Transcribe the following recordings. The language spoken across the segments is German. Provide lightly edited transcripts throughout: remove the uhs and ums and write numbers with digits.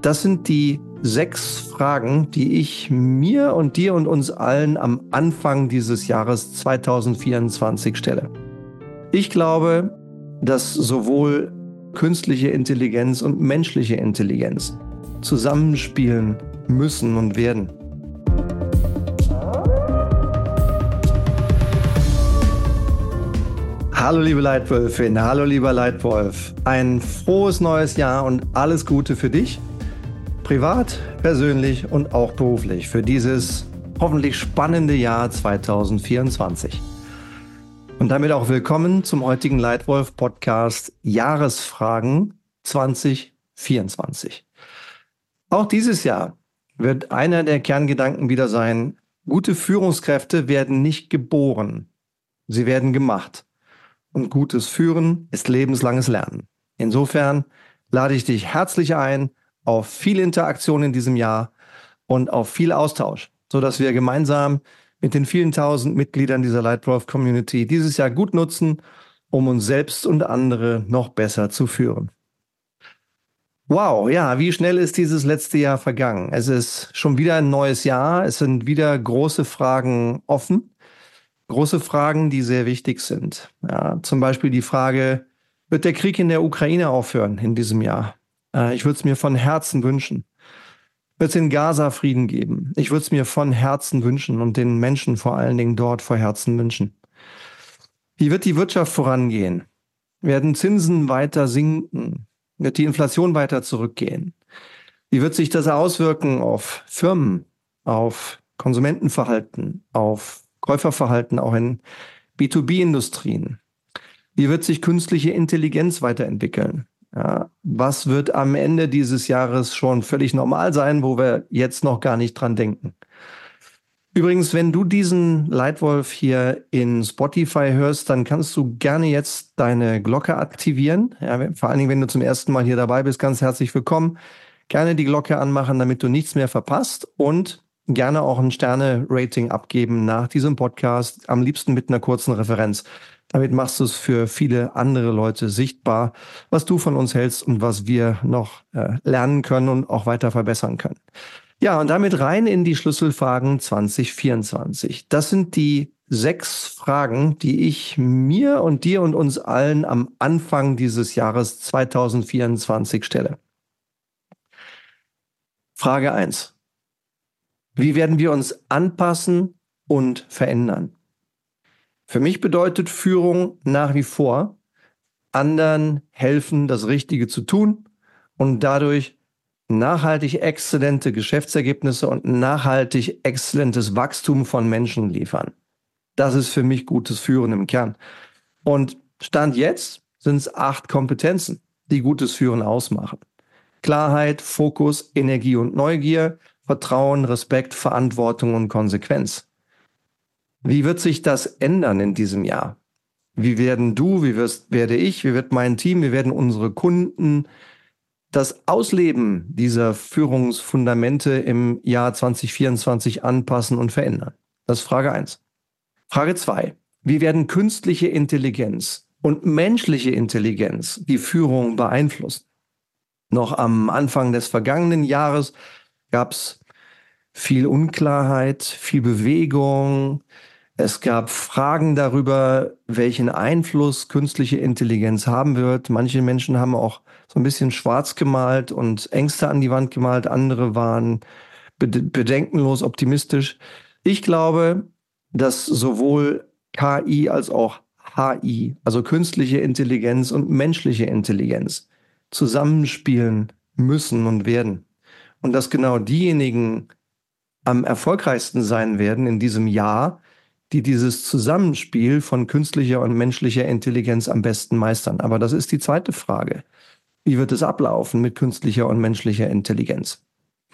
Das sind die 6 Fragen, die ich mir und dir und uns allen am Anfang dieses Jahres 2024 stelle. Ich glaube, dass sowohl künstliche Intelligenz und menschliche Intelligenz zusammenspielen müssen und werden. Hallo liebe Leitwölfin, hallo lieber Leitwolf. Ein frohes neues Jahr und alles Gute für dich. Privat, persönlich und auch beruflich für dieses hoffentlich spannende Jahr 2024. Und damit auch willkommen zum heutigen Leitwolf-Podcast Jahresfragen 2024. Auch dieses Jahr wird einer der Kerngedanken wieder sein: Gute Führungskräfte werden nicht geboren, sie werden gemacht. Und gutes Führen ist lebenslanges Lernen. Insofern lade ich dich herzlich ein auf viel Interaktion in diesem Jahr und auf viel Austausch, sodass wir gemeinsam mit den vielen tausend Mitgliedern dieser Leitwolf-Community dieses Jahr gut nutzen, um uns selbst und andere noch besser zu führen. Wow, ja, wie schnell ist dieses letzte Jahr vergangen? Es ist schon wieder ein neues Jahr, es sind wieder große Fragen offen. Große Fragen, die sehr wichtig sind. Ja, zum Beispiel die Frage, wird der Krieg in der Ukraine aufhören in diesem Jahr? Ich würde es mir von Herzen wünschen. Wird es in Gaza Frieden geben? Ich würde es mir von Herzen wünschen und den Menschen vor allen Dingen dort vor Herzen wünschen. Wie wird die Wirtschaft vorangehen? Werden Zinsen weiter sinken? Wird die Inflation weiter zurückgehen? Wie wird sich das auswirken auf Firmen, auf Konsumentenverhalten, auf Käuferverhalten auch in B2B-Industrien? Wie wird sich künstliche Intelligenz weiterentwickeln? Ja, was wird am Ende dieses Jahres schon völlig normal sein, wo wir jetzt noch gar nicht dran denken? Übrigens, wenn du diesen Leitwolf hier in Spotify hörst, dann kannst du gerne jetzt deine Glocke aktivieren. Ja, vor allen Dingen, wenn du zum ersten Mal hier dabei bist, ganz herzlich willkommen. Gerne die Glocke anmachen, damit du nichts mehr verpasst, und gerne auch ein Sterne-Rating abgeben nach diesem Podcast, am liebsten mit einer kurzen Referenz. Damit machst du es für viele andere Leute sichtbar, was du von uns hältst und was wir noch lernen können und auch weiter verbessern können. Ja, und damit rein in die Schlüsselfragen 2024. Das sind die 6 Fragen, die ich mir und dir und uns allen am Anfang dieses Jahres 2024 stelle. Frage 1. Wie werden wir uns anpassen und verändern? Für mich bedeutet Führung nach wie vor, anderen helfen, das Richtige zu tun und dadurch nachhaltig exzellente Geschäftsergebnisse und nachhaltig exzellentes Wachstum von Menschen liefern. Das ist für mich gutes Führen im Kern. Und Stand jetzt sind es 8 Kompetenzen, die gutes Führen ausmachen. Klarheit, Fokus, Energie und Neugier, Vertrauen, Respekt, Verantwortung und Konsequenz. Wie wird sich das ändern in diesem Jahr? Wie werden du, werde ich, wie wird mein Team, wie werden unsere Kunden das Ausleben dieser Führungsfundamente im Jahr 2024 anpassen und verändern? Das ist Frage 1. Frage 2. Wie werden künstliche Intelligenz und menschliche Intelligenz die Führung beeinflussen? Noch am Anfang des vergangenen Jahres gab es viel Unklarheit, viel Bewegung. Es gab Fragen darüber, welchen Einfluss künstliche Intelligenz haben wird. Manche Menschen haben auch so ein bisschen schwarz gemalt und Ängste an die Wand gemalt. Andere waren bedenkenlos optimistisch. Ich glaube, dass sowohl KI als auch HI, also künstliche Intelligenz und menschliche Intelligenz, zusammenspielen müssen und werden. Und dass genau diejenigen am erfolgreichsten sein werden in diesem Jahr, die dieses Zusammenspiel von künstlicher und menschlicher Intelligenz am besten meistern. Aber das ist die zweite Frage. Wie wird es ablaufen mit künstlicher und menschlicher Intelligenz?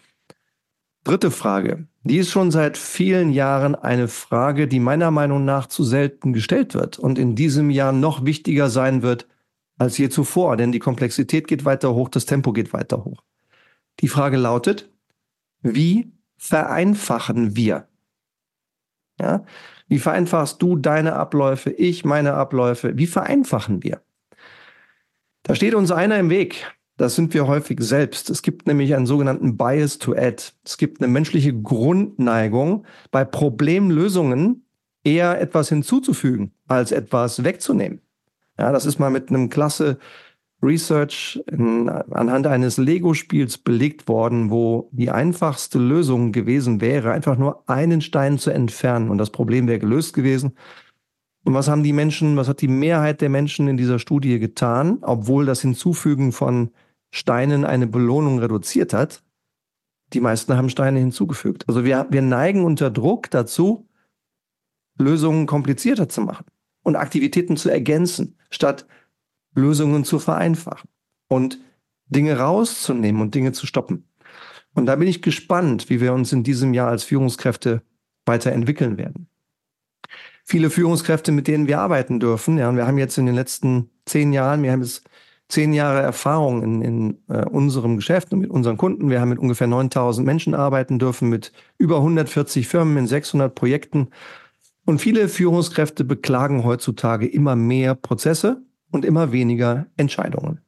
Dritte Frage. Die ist schon seit vielen Jahren eine Frage, die meiner Meinung nach zu selten gestellt wird und in diesem Jahr noch wichtiger sein wird als je zuvor, denn die Komplexität geht weiter hoch, das Tempo geht weiter hoch. Die Frage lautet: Wie vereinfachen wir? Ja? Wie vereinfachst du deine Abläufe, ich meine Abläufe? Wie vereinfachen wir? Da steht uns einer im Weg. Das sind wir häufig selbst. Es gibt nämlich einen sogenannten Bias to Add. Es gibt eine menschliche Grundneigung, bei Problemlösungen eher etwas hinzuzufügen, als etwas wegzunehmen. Ja, das ist mal mit einem klasse Research anhand eines Lego-Spiels belegt worden, wo die einfachste Lösung gewesen wäre, einfach nur einen Stein zu entfernen und das Problem wäre gelöst gewesen. Und was haben die Menschen, was hat die Mehrheit der Menschen in dieser Studie getan, obwohl das Hinzufügen von Steinen eine Belohnung reduziert hat? Die meisten haben Steine hinzugefügt. Also wir neigen unter Druck dazu, Lösungen komplizierter zu machen und Aktivitäten zu ergänzen, statt Lösungen zu vereinfachen und Dinge rauszunehmen und Dinge zu stoppen. Und da bin ich gespannt, wie wir uns in diesem Jahr als Führungskräfte weiterentwickeln werden. Viele Führungskräfte, mit denen wir arbeiten dürfen, ja, und wir haben jetzt in den letzten 10 Jahren, wir haben jetzt 10 Jahre Erfahrung in unserem Geschäft und mit unseren Kunden. Wir haben mit ungefähr 9.000 Menschen arbeiten dürfen, mit über 140 Firmen in 600 Projekten. Und viele Führungskräfte beklagen heutzutage immer mehr Prozesse und immer weniger Entscheidungen.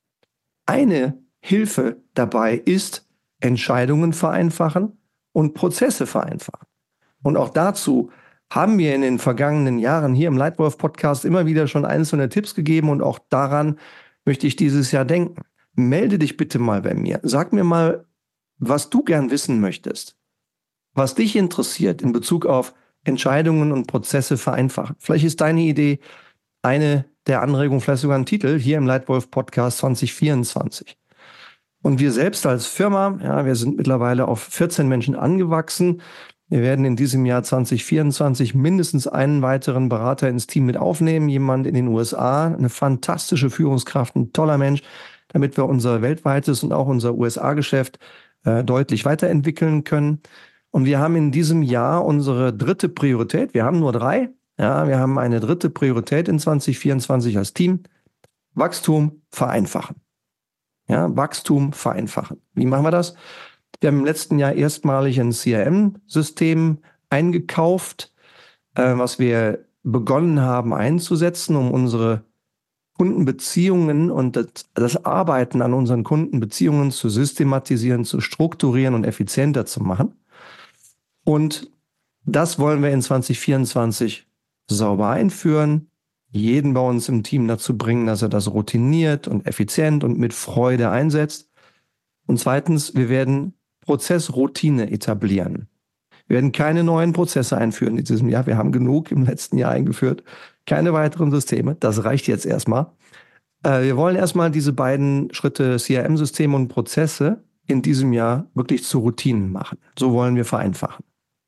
Eine Hilfe dabei ist Entscheidungen vereinfachen und Prozesse vereinfachen. Und auch dazu haben wir in den vergangenen Jahren hier im Leitwolf-Podcast immer wieder schon einzelne Tipps gegeben und auch daran möchte ich dieses Jahr denken. Melde dich bitte mal bei mir. Sag mir mal, was du gern wissen möchtest, was dich interessiert in Bezug auf Entscheidungen und Prozesse vereinfachen. Vielleicht ist deine Idee eine der Anregungen, vielleicht sogar ein Titel hier im Leitwolf-Podcast 2024. Und wir selbst als Firma, ja, wir sind mittlerweile auf 14 Menschen angewachsen. Wir werden in diesem Jahr 2024 mindestens einen weiteren Berater ins Team mit aufnehmen, jemand in den USA, eine fantastische Führungskraft, ein toller Mensch, damit wir unser weltweites und auch unser USA-Geschäft deutlich weiterentwickeln können. Und wir haben in diesem Jahr unsere dritte Priorität, wir haben nur 3, ja, wir haben eine dritte Priorität in 2024 als Team, Wachstum vereinfachen. Ja, Wachstum vereinfachen. Wie machen wir das? Wir haben im letzten Jahr erstmalig ein CRM-System eingekauft, was wir begonnen haben einzusetzen, um unsere Kundenbeziehungen und das Arbeiten an unseren Kundenbeziehungen zu systematisieren, zu strukturieren und effizienter zu machen. Und das wollen wir in 2024 sauber einführen, jeden bei uns im Team dazu bringen, dass er das routiniert und effizient und mit Freude einsetzt. Und zweitens, wir werden Prozessroutine etablieren. Wir werden keine neuen Prozesse einführen in diesem Jahr. Wir haben genug im letzten Jahr eingeführt. Keine weiteren Systeme. Das reicht jetzt erstmal. Wir wollen erstmal diese beiden Schritte CRM-Systeme und Prozesse in diesem Jahr wirklich zu Routinen machen. So wollen wir vereinfachen.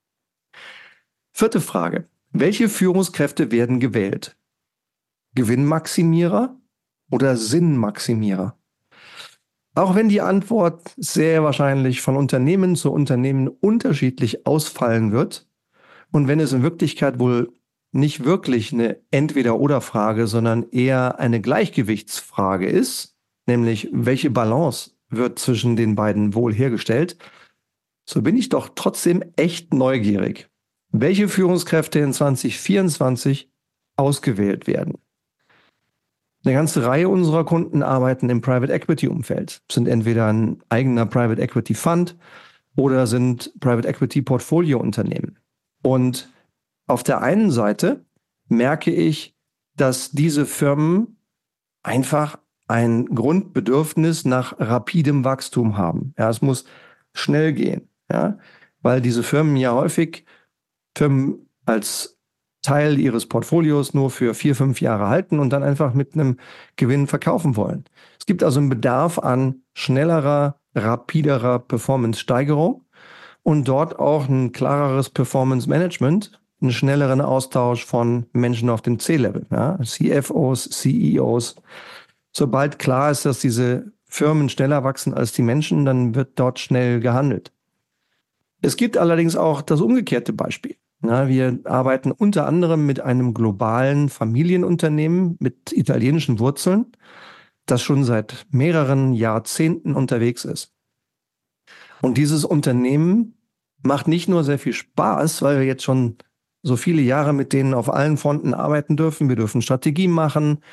4. Frage. Welche Führungskräfte werden gewählt? Gewinnmaximierer oder Sinnmaximierer? Auch wenn die Antwort sehr wahrscheinlich von Unternehmen zu Unternehmen unterschiedlich ausfallen wird und wenn es in Wirklichkeit wohl nicht wirklich eine Entweder-oder-Frage, sondern eher eine Gleichgewichtsfrage ist, nämlich welche Balance wird zwischen den beiden wohl hergestellt, so bin ich doch trotzdem echt neugierig, welche Führungskräfte in 2024 ausgewählt werden. Eine ganze Reihe unserer Kunden arbeiten im Private Equity Umfeld, sind entweder ein eigener Private Equity Fund oder sind Private Equity Portfolio Unternehmen. Und auf der einen Seite merke ich, dass diese Firmen einfach ein Grundbedürfnis nach rapidem Wachstum haben. Ja, es muss schnell gehen, ja, weil diese Firmen ja häufig Firmen als Teil ihres Portfolios nur für 4, 5 Jahre halten und dann einfach mit einem Gewinn verkaufen wollen. Es gibt also einen Bedarf an schnellerer, rapiderer Performance-Steigerung und dort auch ein klareres Performance-Management, einen schnelleren Austausch von Menschen auf dem C-Level, ja, CFOs, CEOs. Sobald klar ist, dass diese Firmen schneller wachsen als die Menschen, dann wird dort schnell gehandelt. Es gibt allerdings auch das umgekehrte Beispiel. Ja, wir arbeiten unter anderem mit einem globalen Familienunternehmen mit italienischen Wurzeln, das schon seit mehreren Jahrzehnten unterwegs ist. Und dieses Unternehmen macht nicht nur sehr viel Spaß, weil wir jetzt schon so viele Jahre mit denen auf allen Fronten arbeiten dürfen. Wir dürfen Strategie machen,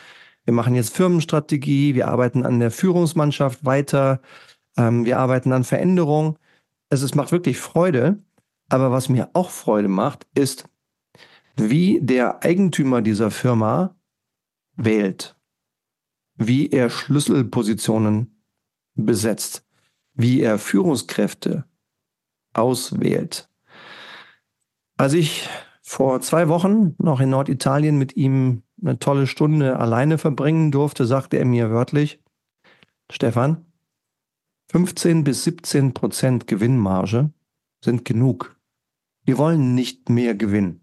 Wir machen jetzt Firmenstrategie, wir arbeiten an der Führungsmannschaft weiter, wir arbeiten an Veränderung. Es macht wirklich Freude. Aber was mir auch Freude macht, ist, wie der Eigentümer dieser Firma wählt, wie er Schlüsselpositionen besetzt, wie er Führungskräfte auswählt. Als ich vor 2 Wochen noch in Norditalien mit ihm eine tolle Stunde alleine verbringen durfte, sagte er mir wörtlich: Stefan, 15-17% Gewinnmarge sind genug. Wir wollen nicht mehr Gewinn.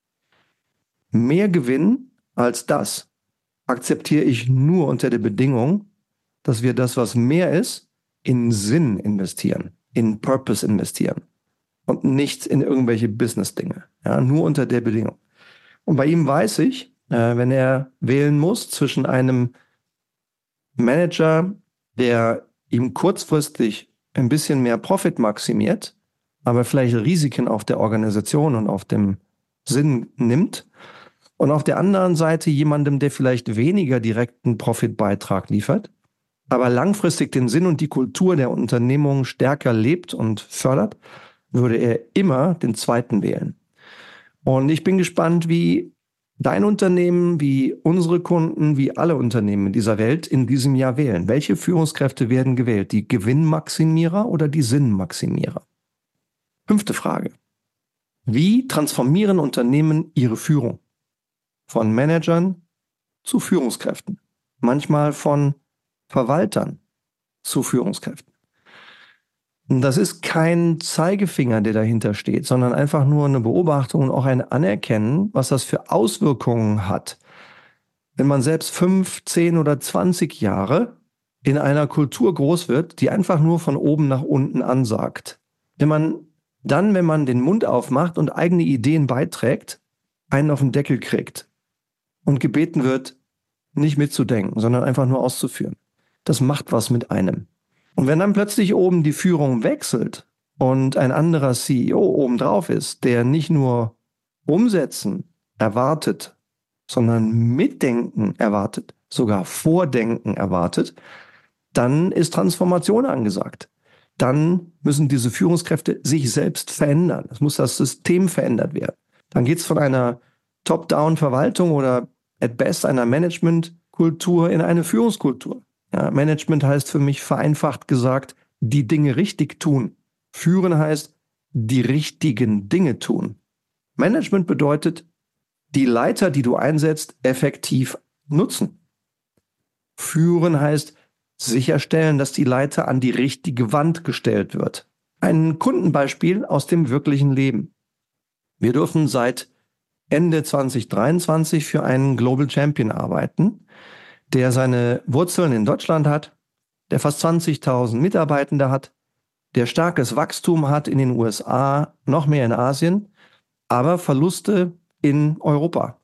Mehr Gewinn als das akzeptiere ich nur unter der Bedingung, dass wir das, was mehr ist, in Sinn investieren, in Purpose investieren und nicht in irgendwelche Business-Dinge. Ja, nur unter der Bedingung. Und bei ihm weiß ich, wenn er wählen muss zwischen einem Manager, der ihm kurzfristig ein bisschen mehr Profit maximiert, aber vielleicht Risiken auf der Organisation und auf dem Sinn nimmt, und auf der anderen Seite jemandem, der vielleicht weniger direkten Profitbeitrag liefert, aber langfristig den Sinn und die Kultur der Unternehmung stärker lebt und fördert, würde er immer den zweiten wählen. Und ich bin gespannt, wie dein Unternehmen, wie unsere Kunden, wie alle Unternehmen in dieser Welt in diesem Jahr wählen. Welche Führungskräfte werden gewählt? Die Gewinnmaximierer oder die Sinnmaximierer? 5. Frage. Wie transformieren Unternehmen ihre Führung? Von Managern zu Führungskräften. Manchmal von Verwaltern zu Führungskräften. Und das ist kein Zeigefinger, der dahinter steht, sondern einfach nur eine Beobachtung und auch ein Anerkennen, was das für Auswirkungen hat. Wenn man selbst 5, 10 oder 20 Jahre in einer Kultur groß wird, die einfach nur von oben nach unten ansagt. Wenn man den Mund aufmacht und eigene Ideen beiträgt, einen auf den Deckel kriegt und gebeten wird, nicht mitzudenken, sondern einfach nur auszuführen. Das macht was mit einem. Und wenn dann plötzlich oben die Führung wechselt und ein anderer CEO obendrauf ist, der nicht nur umsetzen erwartet, sondern mitdenken erwartet, sogar vordenken erwartet, dann ist Transformation angesagt. Dann müssen diese Führungskräfte sich selbst verändern. Es muss das System verändert werden. Dann geht es von einer Top-Down-Verwaltung oder at best einer Managementkultur in eine Führungskultur. Ja, Management heißt für mich vereinfacht gesagt, die Dinge richtig tun. Führen heißt, die richtigen Dinge tun. Management bedeutet, die Leiter, die du einsetzt, effektiv nutzen. Führen heißt, sicherstellen, dass die Leiter an die richtige Wand gestellt wird. Ein Kundenbeispiel aus dem wirklichen Leben. Wir dürfen seit Ende 2023 für einen Global Champion arbeiten, der seine Wurzeln in Deutschland hat, der fast 20.000 Mitarbeitende hat, der starkes Wachstum hat in den USA, noch mehr in Asien, aber Verluste in Europa.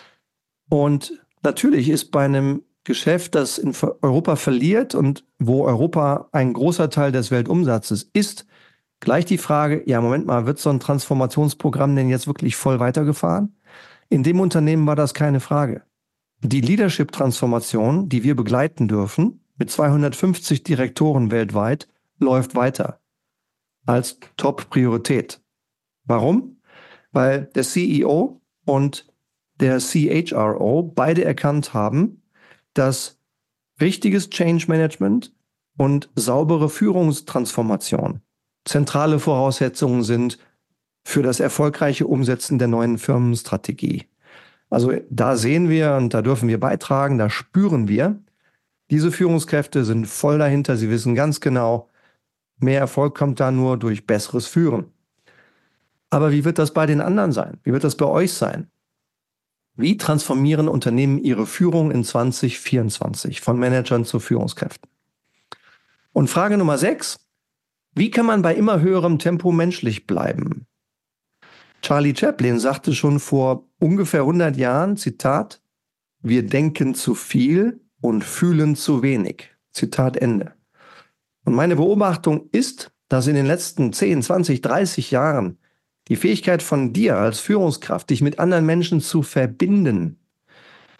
Und natürlich ist bei einem Geschäft, das in Europa verliert und wo Europa ein großer Teil des Weltumsatzes ist, gleich die Frage, ja, Moment mal, wird so ein Transformationsprogramm denn jetzt wirklich voll weitergefahren? In dem Unternehmen war das keine Frage. Die Leadership-Transformation, die wir begleiten dürfen, mit 250 Direktoren weltweit, läuft weiter als Top-Priorität. Warum? Weil der CEO und der CHRO beide erkannt haben, dass richtiges Change Management und saubere Führungstransformation zentrale Voraussetzungen sind für das erfolgreiche Umsetzen der neuen Firmenstrategie. Also da sehen wir und da dürfen wir beitragen, da spüren wir, diese Führungskräfte sind voll dahinter, sie wissen ganz genau, mehr Erfolg kommt da nur durch besseres Führen. Aber wie wird das bei den anderen sein? Wie wird das bei euch sein? Wie transformieren Unternehmen ihre Führung in 2024 von Managern zu Führungskräften? Und Frage Nummer 6. Wie kann man bei immer höherem Tempo menschlich bleiben? Charlie Chaplin sagte schon vor ungefähr 100 Jahren, Zitat, wir denken zu viel und fühlen zu wenig. Zitat Ende. Und meine Beobachtung ist, dass in den letzten 10, 20, 30 Jahren die Fähigkeit von dir als Führungskraft, dich mit anderen Menschen zu verbinden,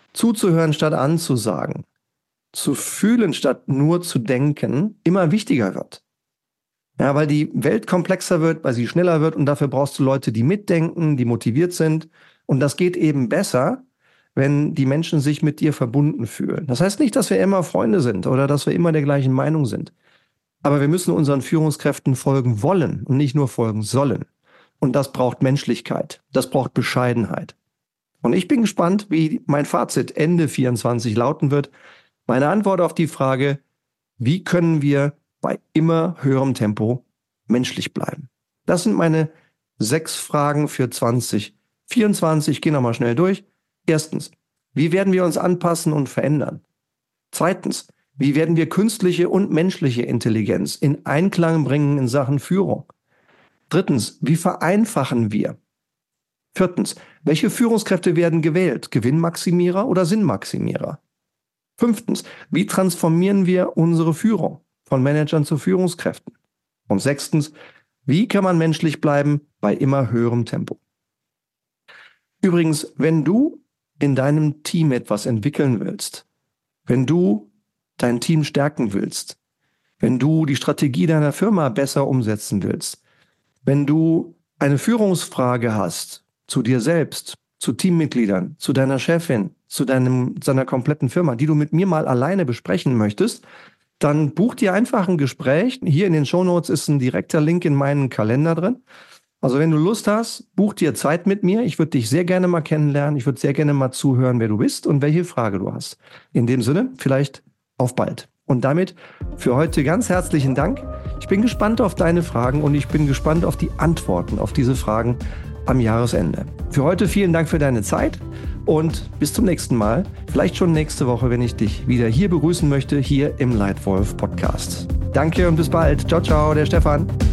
zuzuhören statt anzusagen, zu fühlen statt nur zu denken, immer wichtiger wird. Ja, weil die Welt komplexer wird, weil sie schneller wird und dafür brauchst du Leute, die mitdenken, die motiviert sind. Und das geht eben besser, wenn die Menschen sich mit dir verbunden fühlen. Das heißt nicht, dass wir immer Freunde sind oder dass wir immer der gleichen Meinung sind. Aber wir müssen unseren Führungskräften folgen wollen und nicht nur folgen sollen. Und das braucht Menschlichkeit. Das braucht Bescheidenheit. Und ich bin gespannt, wie mein Fazit Ende 24 lauten wird. Meine Antwort auf die Frage, wie können wir bei immer höherem Tempo menschlich bleiben? Das sind meine 6 Fragen für 2024. Ich gehe nochmal schnell durch. Erstens, wie werden wir uns anpassen und verändern? Zweitens, wie werden wir künstliche und menschliche Intelligenz in Einklang bringen in Sachen Führung? Drittens, wie vereinfachen wir? Viertens, welche Führungskräfte werden gewählt? Gewinnmaximierer oder Sinnmaximierer? Fünftens, wie transformieren wir unsere Führung von Managern zu Führungskräften? Und sechstens, wie kann man menschlich bleiben bei immer höherem Tempo? Übrigens, wenn du in deinem Team etwas entwickeln willst, wenn du dein Team stärken willst, wenn du die Strategie deiner Firma besser umsetzen willst, wenn du eine Führungsfrage hast zu dir selbst, zu Teammitgliedern, zu deiner Chefin, zu deiner kompletten Firma, die du mit mir mal alleine besprechen möchtest, dann buch dir einfach ein Gespräch. Hier in den Shownotes ist ein direkter Link in meinen Kalender drin. Also wenn du Lust hast, buch dir Zeit mit mir. Ich würde dich sehr gerne mal kennenlernen. Ich würde sehr gerne mal zuhören, wer du bist und welche Frage du hast. In dem Sinne, vielleicht auf bald. Und damit für heute ganz herzlichen Dank. Ich bin gespannt auf deine Fragen und ich bin gespannt auf die Antworten auf diese Fragen am Jahresende. Für heute vielen Dank für deine Zeit und bis zum nächsten Mal. Vielleicht schon nächste Woche, wenn ich dich wieder hier begrüßen möchte, hier im Leitwolf Podcast. Danke und bis bald. Ciao, ciao, der Stefan.